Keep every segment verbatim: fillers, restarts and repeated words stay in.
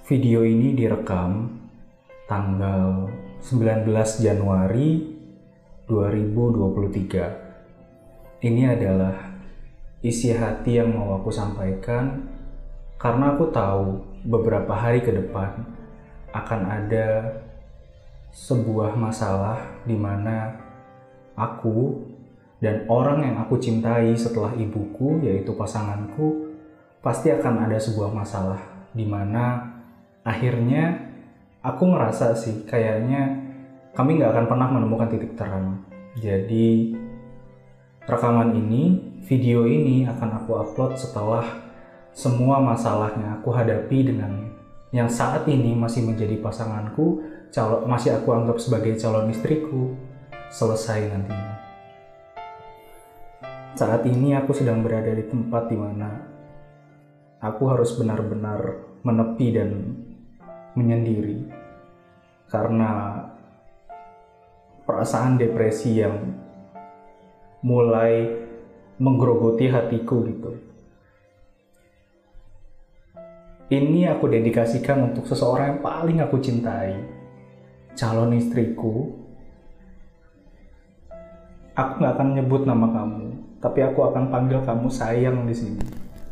Video ini direkam tanggal sembilan belas Januari dua ribu dua puluh tiga. Ini adalah isi hati yang mau aku sampaikan karena aku tahu beberapa hari ke depan akan ada sebuah masalah di mana aku dan orang yang aku cintai setelah ibuku, yaitu pasanganku, pasti akan ada sebuah masalah di mana akhirnya aku ngerasa sih kayaknya kami gak akan pernah menemukan titik terang. Jadi rekaman ini, video ini akan aku upload setelah semua masalahnya aku hadapi dengan yang saat ini masih menjadi pasanganku, calon, masih aku anggap sebagai calon istriku, selesai nantinya. Saat ini aku sedang berada di tempat di mana aku harus benar-benar menepi dan menyendiri karena perasaan depresi yang mulai menggerogoti hatiku gitu. Ini aku dedikasikan untuk seseorang yang paling aku cintai, calon istriku. Aku gak akan nyebut nama kamu, tapi aku akan panggil kamu sayang di sini.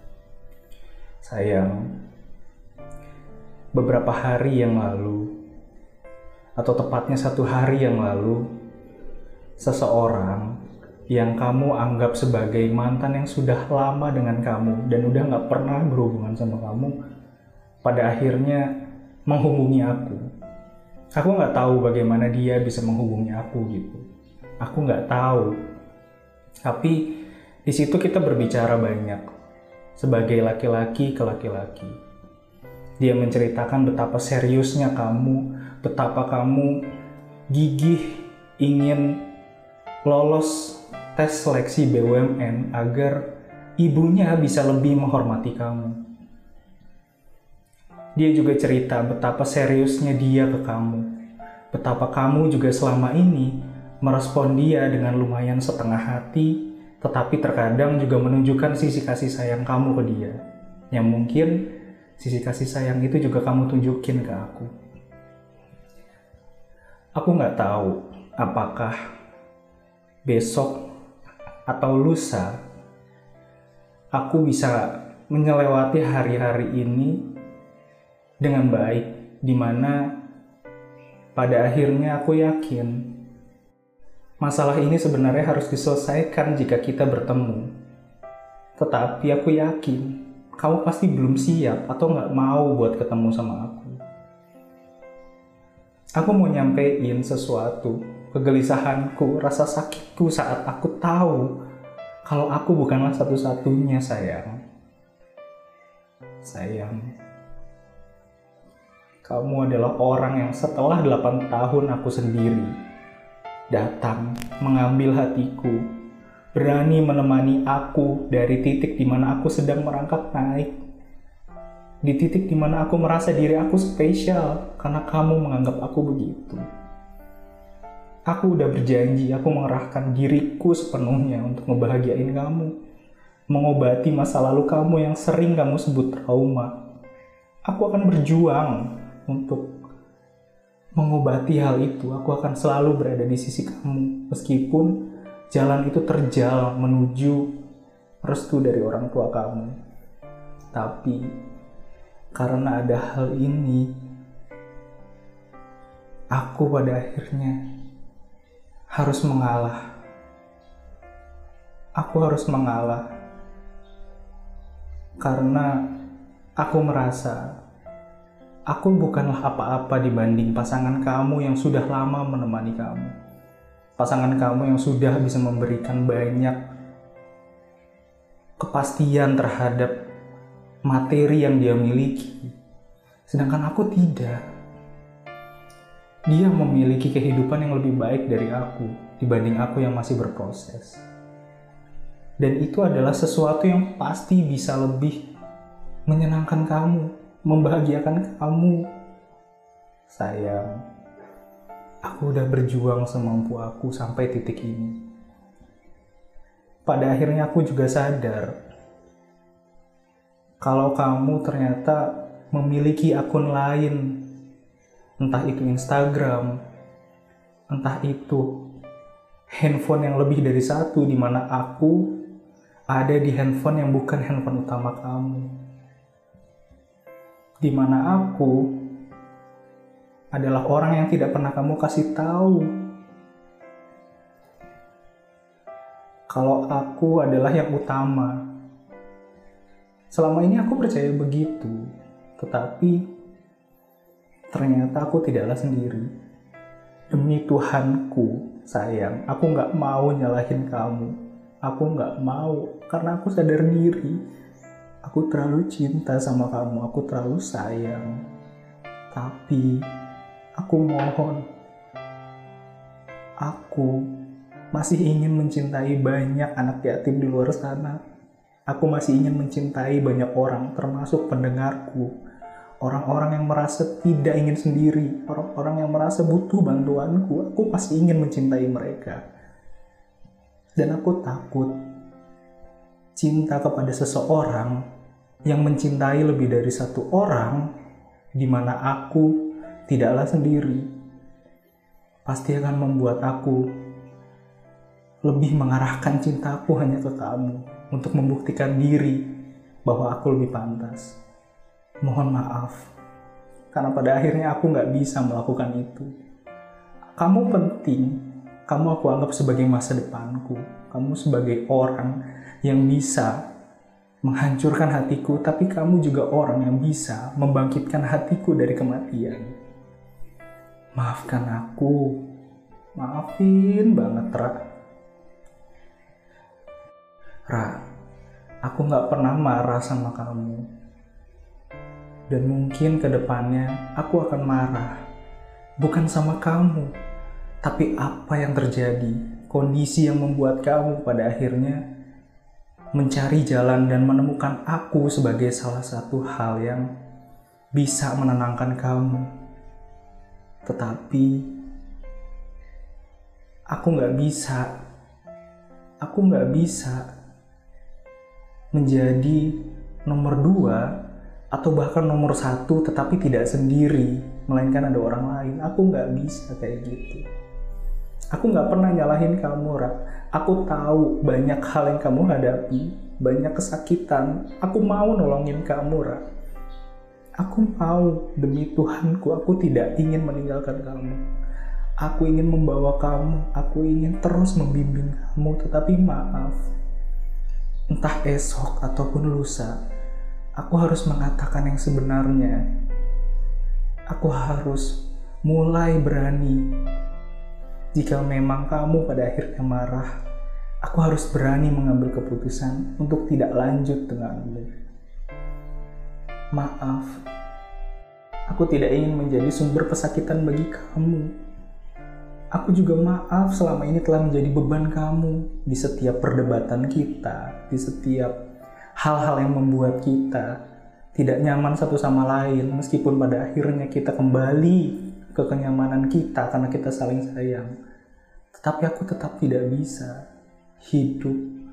Sayang. Beberapa hari yang lalu, atau tepatnya satu hari yang lalu, seseorang yang kamu anggap sebagai mantan yang sudah lama dengan kamu dan udah gak pernah berhubungan sama kamu, pada akhirnya menghubungi aku. Aku gak tahu bagaimana dia bisa menghubungi aku gitu. Aku gak tahu. Tapi di situ kita berbicara banyak sebagai laki-laki ke laki-laki. Dia menceritakan betapa seriusnya kamu, betapa kamu gigih ingin lolos tes seleksi B U M N agar ibunya bisa lebih menghormati kamu. Dia juga cerita betapa seriusnya dia ke kamu, betapa kamu juga selama ini merespon dia dengan lumayan setengah hati, tetapi terkadang juga menunjukkan sisi kasih sayang kamu ke dia, yang mungkin sisi kasih sayang itu juga kamu tunjukin ke aku. Aku gak tahu apakah besok atau lusa aku bisa menyelewati hari-hari ini dengan baik, dimana pada akhirnya aku yakin masalah ini sebenarnya harus diselesaikan jika kita bertemu. Tetapi aku yakin kamu pasti belum siap atau gak mau buat ketemu sama aku. Aku mau nyampein sesuatu, kegelisahanku, rasa sakitku saat aku tahu kalau aku bukanlah satu-satunya sayang. Sayang, kamu adalah orang yang setelah delapan tahun aku sendiri datang mengambil hatiku, berani menemani aku dari titik di mana aku sedang merangkak naik, di titik di mana aku merasa diri aku spesial karena kamu menganggap aku begitu. Aku udah berjanji, aku mengerahkan diriku sepenuhnya untuk ngebahagiain kamu, mengobati masa lalu kamu yang sering kamu sebut trauma. Aku akan berjuang untuk mengobati hal itu. Aku akan selalu berada di sisi kamu, meskipun jalan itu terjal menuju restu dari orang tua kamu. Tapi karena ada hal ini, aku pada akhirnya harus mengalah. Aku harus mengalah karena aku merasa aku bukanlah apa-apa dibanding pasangan kamu yang sudah lama menemani kamu. Pasangan kamu yang sudah bisa memberikan banyak kepastian terhadap materi yang dia miliki. Sedangkan aku tidak. Dia memiliki kehidupan yang lebih baik dari aku dibanding aku yang masih berproses. Dan itu adalah sesuatu yang pasti bisa lebih menyenangkan kamu, membahagiakan kamu. Sayang, aku udah berjuang semampu aku sampai titik ini. Pada akhirnya aku juga sadar kalau kamu ternyata memiliki akun lain, entah itu Instagram, entah itu handphone yang lebih dari satu, di mana aku ada di handphone yang bukan handphone utama kamu, di mana aku adalah orang yang tidak pernah kamu kasih tahu kalau aku adalah yang utama. Selama ini aku percaya begitu, tetapi ternyata aku tidaklah sendiri. Demi Tuhanku, sayang, aku gak mau nyalahin kamu. Aku gak mau, karena aku sadar diri. Aku terlalu cinta sama kamu, aku terlalu sayang. Tapi, aku mohon, aku masih ingin mencintai banyak anak yatim di luar sana. Aku masih ingin mencintai banyak orang, termasuk pendengarku. Orang-orang yang merasa tidak ingin sendiri, orang-orang yang merasa butuh bantuanku, aku masih ingin mencintai mereka. Dan aku takut cinta kepada seseorang yang mencintai lebih dari satu orang, di mana aku tidaklah sendiri, pasti akan membuat aku lebih mengarahkan cintaku hanya ke kamu, untuk membuktikan diri bahwa aku lebih pantas. Mohon maaf, karena pada akhirnya aku gak bisa melakukan itu. Kamu penting, kamu aku anggap sebagai masa depanku. Kamu sebagai orang yang bisa menghancurkan hatiku, tapi kamu juga orang yang bisa membangkitkan hatiku dari kematian. Maafkan aku, maafin banget, Ra. Ra, aku gak pernah marah sama kamu. Dan mungkin ke depannya aku akan marah. Bukan sama kamu, tapi apa yang terjadi, kondisi yang membuat kamu pada akhirnya mencari jalan dan menemukan aku sebagai salah satu hal yang bisa menenangkan kamu. Tetapi aku gak bisa, aku gak bisa menjadi nomor dua atau bahkan nomor satu tetapi tidak sendiri, melainkan ada orang lain. Aku gak bisa kayak gitu. Aku gak pernah nyalahin kamu, Ra. Aku tahu banyak hal yang kamu hadapi, banyak kesakitan. Aku mau nolongin kamu, Ra. Aku mau, demi Tuhanku, aku tidak ingin meninggalkan kamu. Aku ingin membawa kamu, aku ingin terus membimbing kamu, tetapi maaf, entah esok ataupun lusa, aku harus mengatakan yang sebenarnya. Aku harus mulai berani. Jika memang kamu pada akhirnya marah, aku harus berani mengambil keputusan untuk tidak lanjut denganmu. Maaf, aku tidak ingin menjadi sumber pesakitan bagi kamu. Aku juga maaf selama ini telah menjadi beban kamu di setiap perdebatan kita, di setiap hal-hal yang membuat kita tidak nyaman satu sama lain, meskipun pada akhirnya kita kembali ke kenyamanan kita karena kita saling sayang. Tetapi aku tetap tidak bisa hidup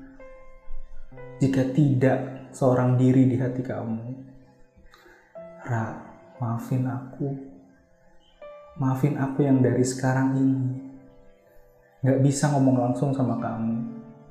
jika tidak seorang diri di hati kamu. Ra, maafin aku. Maafin aku yang dari sekarang ini gak bisa ngomong langsung sama kamu.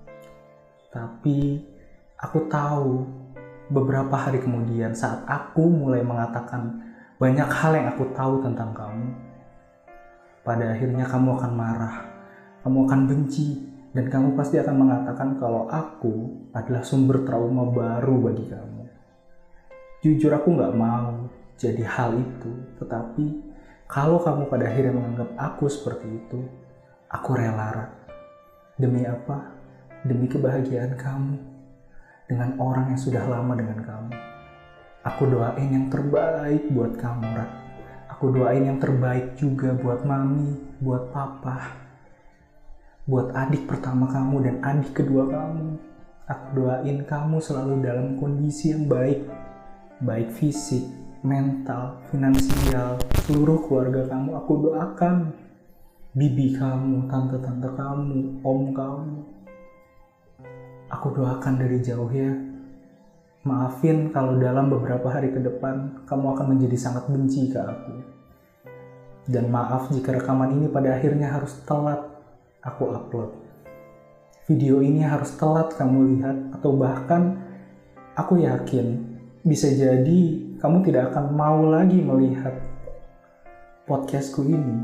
Tapi aku tahu beberapa hari kemudian saat aku mulai mengatakan banyak hal yang aku tahu tentang kamu, pada akhirnya kamu akan marah, kamu akan benci, dan kamu pasti akan mengatakan kalau aku adalah sumber trauma baru bagi kamu. Jujur aku gak mau jadi hal itu, tetapi kalau kamu pada akhirnya menganggap aku seperti itu, aku rela, Ra. Demi apa? Demi kebahagiaan kamu dengan orang yang sudah lama dengan kamu. Aku doain yang terbaik buat kamu, Ra. Aku doain yang terbaik juga buat mami, buat papa, buat adik pertama kamu dan adik kedua kamu. Aku doain kamu selalu dalam kondisi yang baik, baik fisik, mental, finansial, seluruh keluarga kamu. Aku doakan bibi kamu, tante-tante kamu, om kamu. Aku doakan dari jauh ya. Maafin kalau dalam beberapa hari ke depan kamu akan menjadi sangat benci ke aku. Dan maaf jika rekaman ini pada akhirnya harus telat aku upload. Video ini harus telat kamu lihat, atau bahkan aku yakin bisa jadi kamu tidak akan mau lagi melihat podcastku ini.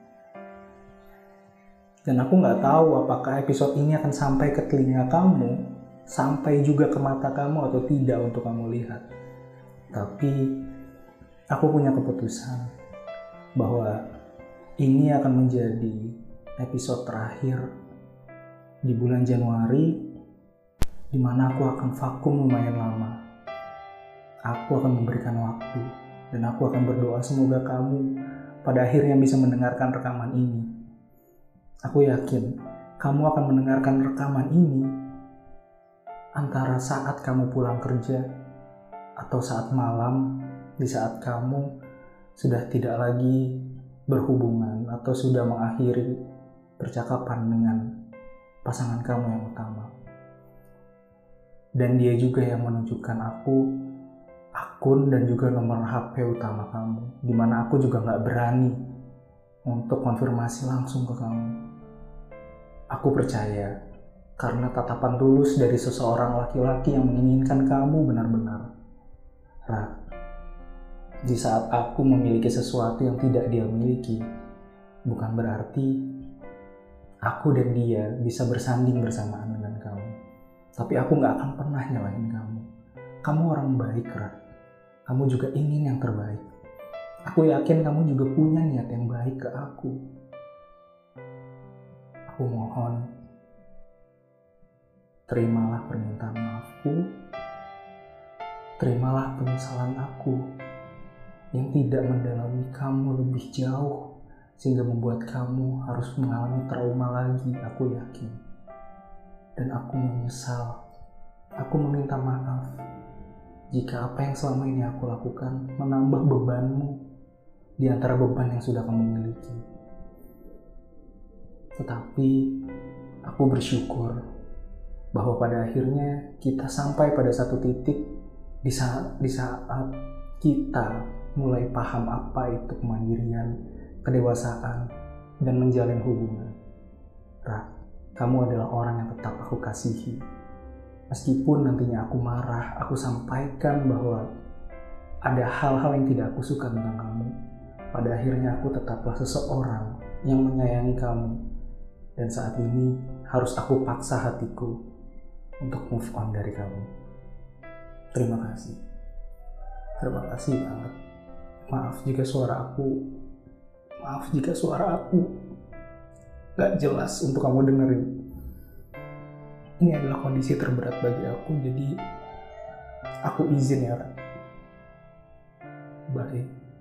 Dan aku nggak tahu apakah episode ini akan sampai ke telinga kamu, sampai juga ke mata kamu atau tidak untuk kamu lihat. Tapi aku punya keputusan bahwa ini akan menjadi episode terakhir di bulan Januari, di mana aku akan vakum lumayan lama. Aku akan memberikan waktu, dan aku akan berdoa semoga kamu pada akhirnya bisa mendengarkan rekaman ini. Aku yakin kamu akan mendengarkan rekaman ini antara saat kamu pulang kerja atau saat malam, di saat kamu sudah tidak lagi berhubungan atau sudah mengakhiri percakapan dengan pasangan kamu yang utama. Dan dia juga yang menunjukkan aku akun dan juga nomor H P utama kamu, di mana aku juga gak berani untuk konfirmasi langsung ke kamu. Aku percaya karena tatapan tulus dari seseorang laki-laki yang menginginkan kamu benar-benar. Ra, di saat aku memiliki sesuatu yang tidak dia miliki, bukan berarti aku dan dia bisa bersanding bersamaan dengan kamu. Tapi aku gak akan pernah nyalahin kamu. Kamu orang baik, Ra. Kamu juga ingin yang terbaik. Aku yakin kamu juga punya niat yang baik ke aku. Aku mohon, terimalah permintaan maafku, terimalah penyesalan aku yang tidak mendalami kamu lebih jauh sehingga membuat kamu harus mengalami trauma lagi, aku yakin. Dan aku menyesal, aku meminta maaf jika apa yang selama ini aku lakukan menambah bebanmu di antara beban yang sudah kamu miliki. Tetapi aku bersyukur bahwa pada akhirnya kita sampai pada satu titik di saat, di saat kita mulai paham apa itu kemandirian, kedewasaan, dan menjalin hubungan. Ra, kamu adalah orang yang tetap aku kasihi. Meskipun nantinya aku marah, aku sampaikan bahwa ada hal-hal yang tidak aku suka tentang kamu. Pada akhirnya aku tetaplah seseorang yang menyayangi kamu. Dan saat ini harus aku paksa hatiku untuk move on dari kamu. Terima kasih. Terima kasih banget. Maaf jika suara aku Maaf jika suara aku gak jelas untuk kamu dengerin. Ini adalah kondisi terberat bagi aku, jadi aku izin ya, Ra. Bye.